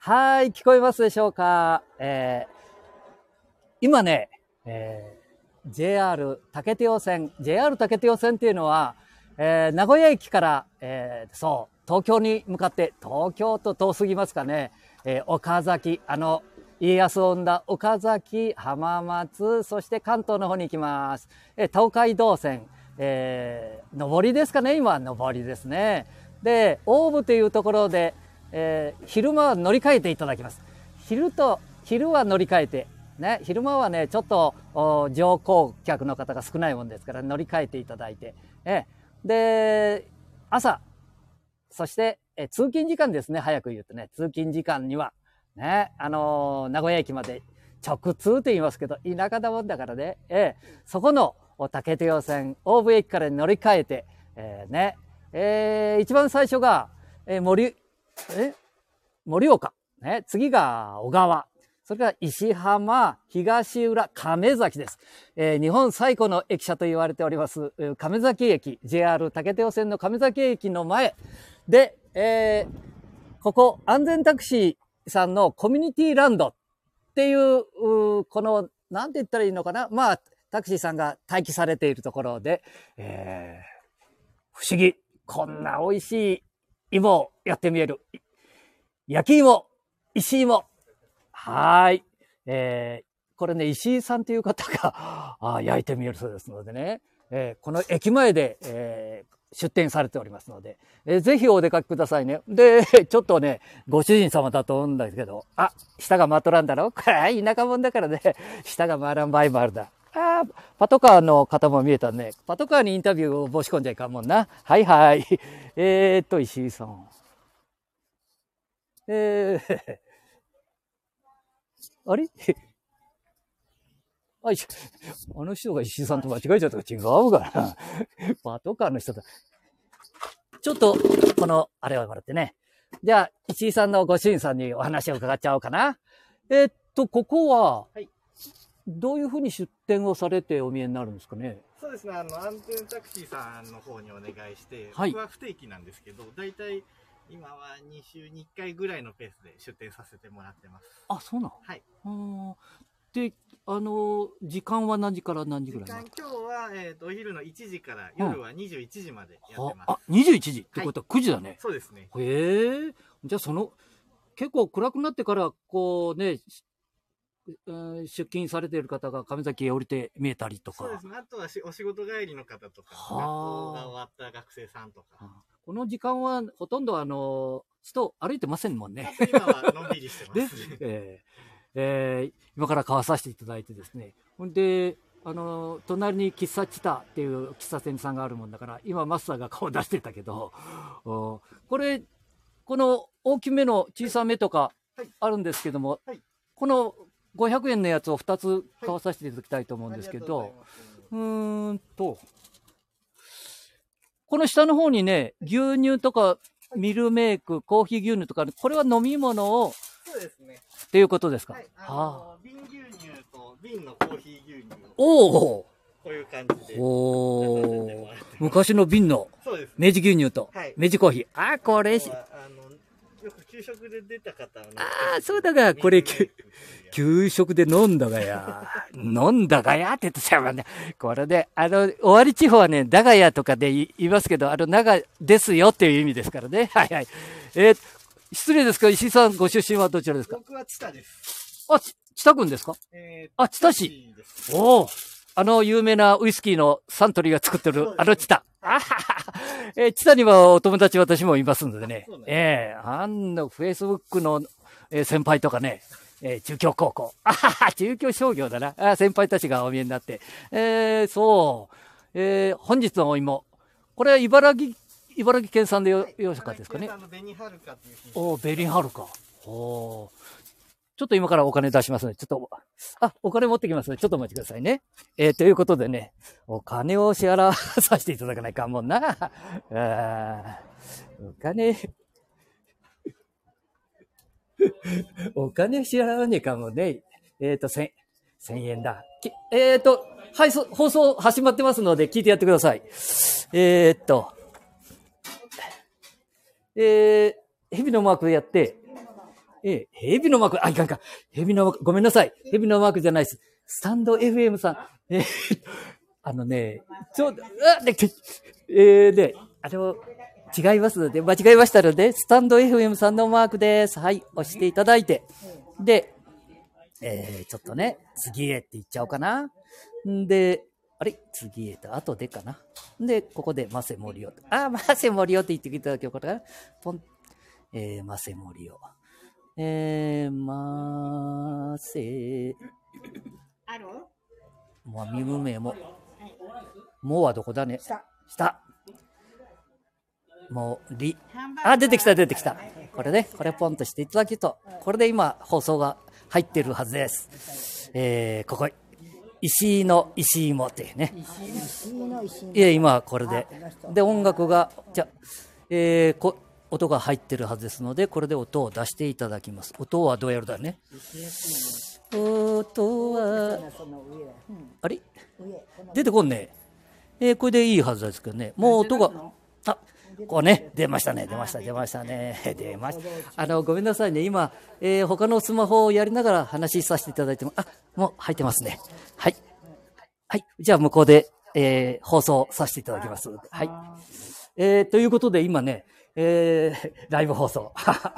はい、聞こえますでしょうか。今ね、JR 武雄線っていうのは、名古屋駅から、東京に向かって、東京と遠すぎますかね、岡崎、家康を生んだ岡崎、浜松、そして関東の方に行きます。東海道線、上りですかね、今、上りですね。で、大府というところで、昼間は乗り換えていただきます。昼は乗り換えて、ね、昼間はね、ちょっと乗降客の方が少ないもんですから乗り換えていただいて、で、朝、そして、通勤時間ですね、早く言うとね、通勤時間には、ね、名古屋駅まで直通と言いますけど、田舎だもんだからね、そこの武雄線、大府駅から乗り換えて、一番最初が、盛岡、ね、次が小川、それから石浜、東浦、亀崎です。日本最古の駅舎と言われております、亀崎駅、JR 武雄線の亀崎駅の前で、ここ、安全タクシーさんのコミュニティランドっていう、この、なんて言ったらいいのかな、まあ、タクシーさんが待機されているところで、不思議、こんな美味しい芋をやってみえる。焼き芋、石芋。はい。これね、石井さんという方が焼いてみえるそうですのでね、この駅前で、出店されておりますので、ぜひお出かけくださいね。で、ちょっとね、ご主人様だと思うんだけど、舌が回っとらんだろこれ田舎者だからね、舌が回らん場合もあるだ。パトカーの方も見えたね。パトカーにインタビューを申し込んじゃいかんもんな。はいはい。石井さん。あれあの人が石井さんと間違えちゃったから違うかな。パトカーの人だ。ちょっと、あれをもらってね。じゃあ、石井さんのご主人さんにお話を伺っちゃおうかな。ここは、どういうふうに出店をされてお見えになるんですかね。 そうですね、安全タクシーさんの方にお願いして、僕は不定期なんですけど、だいたい今は2週に1回ぐらいのペースで出店させてもらってます。 そうなの。 はい。 で、時間は何時から何時ぐらい今日は、お昼の1時から夜は21時までやってます。 21時ってことは9時だね。 そうですね。 へえ。じゃあ結構暗くなってから、こうね、出勤されている方が亀崎へ降りて見えたりとか。 そうですね。あとはお仕事帰りの方とか、学校が終わった学生さんとか。 この時間はほとんど人歩いてませんもんね。 今はのんびりしてます。 今から買わさせていただいてですね。ほんで、隣に喫茶チタっていう喫茶店さんがあるもんだから、今マスターが顔出してたけど、この大きめの小さめとかあるんですけども、この500円のやつを2つ買わさせていただきたいと思うんですけど、この下の方にね、牛乳とかミルメイク、コーヒー牛乳とか、これは飲み物を、 そうですね。 っていうことですか。 瓶牛乳と瓶のコーヒー牛乳を。 こういう感じで。 昔の瓶の明治牛乳と明治コーヒー。これ。 よく給食で出た方そうだが、これ、給食で飲んだがや。飲んだがやって言ってたよね。これで、終わり地方はね、だがやとかで言いますけど、長ですよっていう意味ですからね。はいはい。失礼ですか、石井さん、ご出身はどちらですか。 僕は知多です。 知多郡ですか。知多市。有名なウイスキーのサントリーが作ってる、知多。知多にはお友達私もいますのでね。フェイスブックの、先輩とかね、中京高校。中京商業だな。先輩たちがお見えになって。本日のお芋。これは茨城県産でよろしかですかね。 紅はるかという品種。 紅はるか。ちょっと今からお金出しますね。ちょっと、お金持ってきますね。ちょっとお待ちくださいね。ということでね、お金を支払わさせていただかないかんもんな。お金支払わねえかもね。1000円だ。はい、放送始まってますので聞いてやってください。蛇のマークでやって、 蛇のマーク、いかんか。蛇のマーク、ごめんなさい。蛇のマークじゃないです。スタンド FM さん。で、違いますので、間違えましたので、スタンド FM さんのマークです。はい、押していただいて。で、ちょっとね、次へって言っちゃおうかな。んで、次へと、後でかな。で、ここで、マセモリオ。マセモリオって言っていただけようかな。ポン。マセモリオ。マセ。もう、身分名も。もうはどこだね。下。もう、出てきた。これね、これポンとしていただくと、これで今、放送が入ってるはずです。ここ、石井の石井もってね。今、これで。で、音楽が、音が入ってるはずですので、これで音を出していただきます。音はどうやるだね。音は、出てこんね。これでいいはずですけどね。もう音が、こうね、出ましたね。ごめんなさいね。今、他のスマホをやりながら話させていただいても、もう入ってますね。はい。じゃあ向こうで、放送させていただきます。はい。ということで今ね、ライブ放送。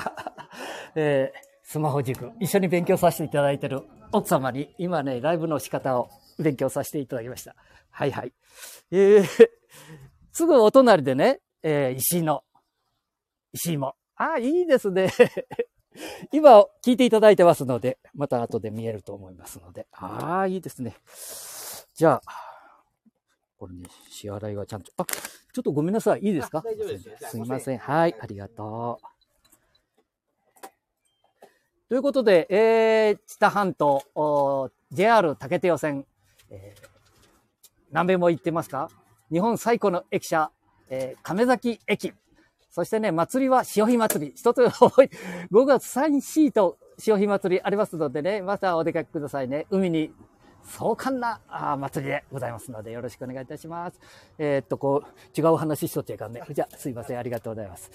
スマホ塾、一緒に勉強させていただいている奥様に、今ね、ライブの仕方を勉強させていただきました。はい。すぐお隣でね、石井も。いいですね。今、聞いていただいてますので、また後で見えると思いますので。いいですね。じゃあ、これね、支払いはちゃんと、ちょっとごめんなさい。いいですか？ 大丈夫です。 すみません。はい、ありがとう。ということで、知多半島、JR 竹手予線、何遍も行ってますか？日本最古の駅舎、亀崎駅。そしてね、祭りは潮干祭り。一つ5月3、4と潮干祭りありますのでね、またお出かけくださいね。海に壮観な祭りでございますので、よろしくお願いいたします。違う話しとっちゃいかんね。じゃあ、すいません。ありがとうございます。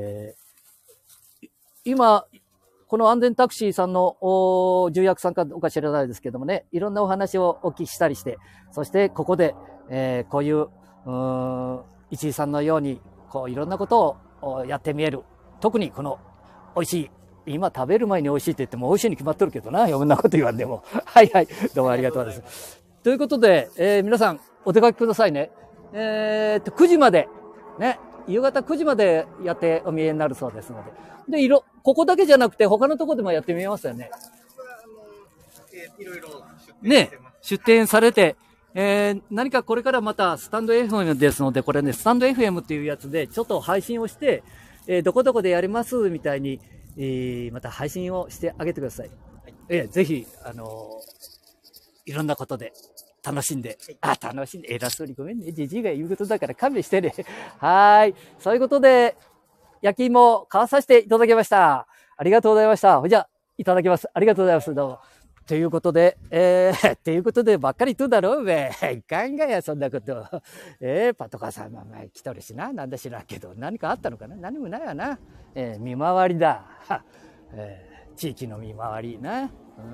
今、この安全タクシーさんの重役さんかどうか知らないですけどもね、いろんなお話をお聞きしたりして、そしてここで、こういう、市井さんのように、いろんなことをやってみえる。特にこの美味しい。今食べる前に美味しいって言っても美味しいに決まっとるけどな。そんなこと言わんでも。はい。どうもありがとうです。ということで、皆さんお出かけくださいね。9時まで、ね。夕方9時までやってお見えになるそうですので。で、ここだけじゃなくて他のところでもやってみえますよね。 いろいろ出店されて、何かこれからまたスタンド FM ですので、これね、スタンド FM っていうやつでちょっと配信をして、どこどこでやりますみたいに、また配信をしてあげてください。ぜひ、いろんなことで楽しんで、偉そうにごめんね。じじいが言うことだから勘弁してね。はい。そういうことで、焼き芋を買わさせていただきました。ありがとうございました。じゃあ、いただきます。ありがとうございます。どうも。ということで、ばっかり言うだろうべ。いかんがや、そんなこと。パトカーさんも前来とるしな。なんだ知らんけど、何かあったのかな？何もないわな。見回りだ。地域の見回りな。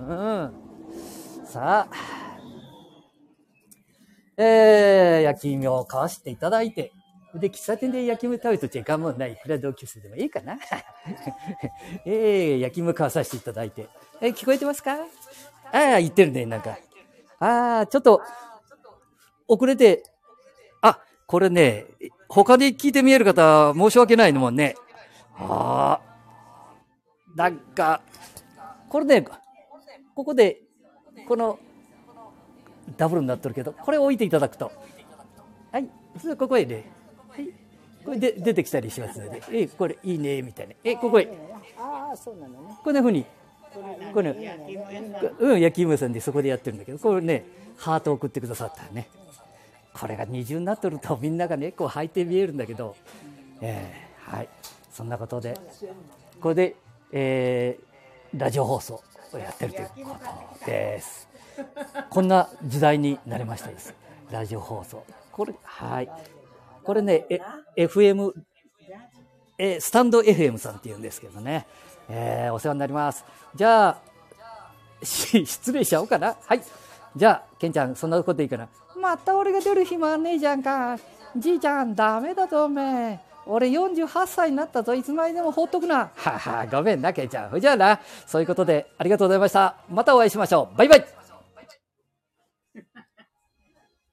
さあ、焼き芋を買わせていただいて、で、喫茶店で焼き芋食べとっちゃいかんもんない。いくら同級生でもいいかな。焼き芋買わさせていただいて。聞こえてますか？言ってるね、なんか。ちょっと、遅れて、これね、他に聞いてみえる方、申し訳ないのもんね。なんか、これね、ここで、この、ダブルになってるけど、これを置いていただくと。はい、ここへね、はい、これで出てきたりしますので、これいいね、みたいな。ここへ。 そうなのね。 こんな風に。これね、焼き芋屋さんでそこでやってるんだけど、これね、ハートを送ってくださったね。これが二重になっとるとみんながね、こう履いて見えるんだけど、はい。そんなことで、これで、ラジオ放送をやってるということです。こんな時代になりましたです。ラジオ放送。これ、はい。これね、FM スタンド FM さんっていうんですけどね、お世話になります。じゃあ失礼しちゃおうかな。はい、じゃあケンちゃんそんなことでいいかな。また俺が出る暇はねえじゃんか。じいちゃんダメだぞおめえ、俺48歳になったぞ、いつまででも放っとくな。はは、ごめんなケンちゃん。ほいじゃあな、そういうことでありがとうございました。またお会いしましょう。バイバイ。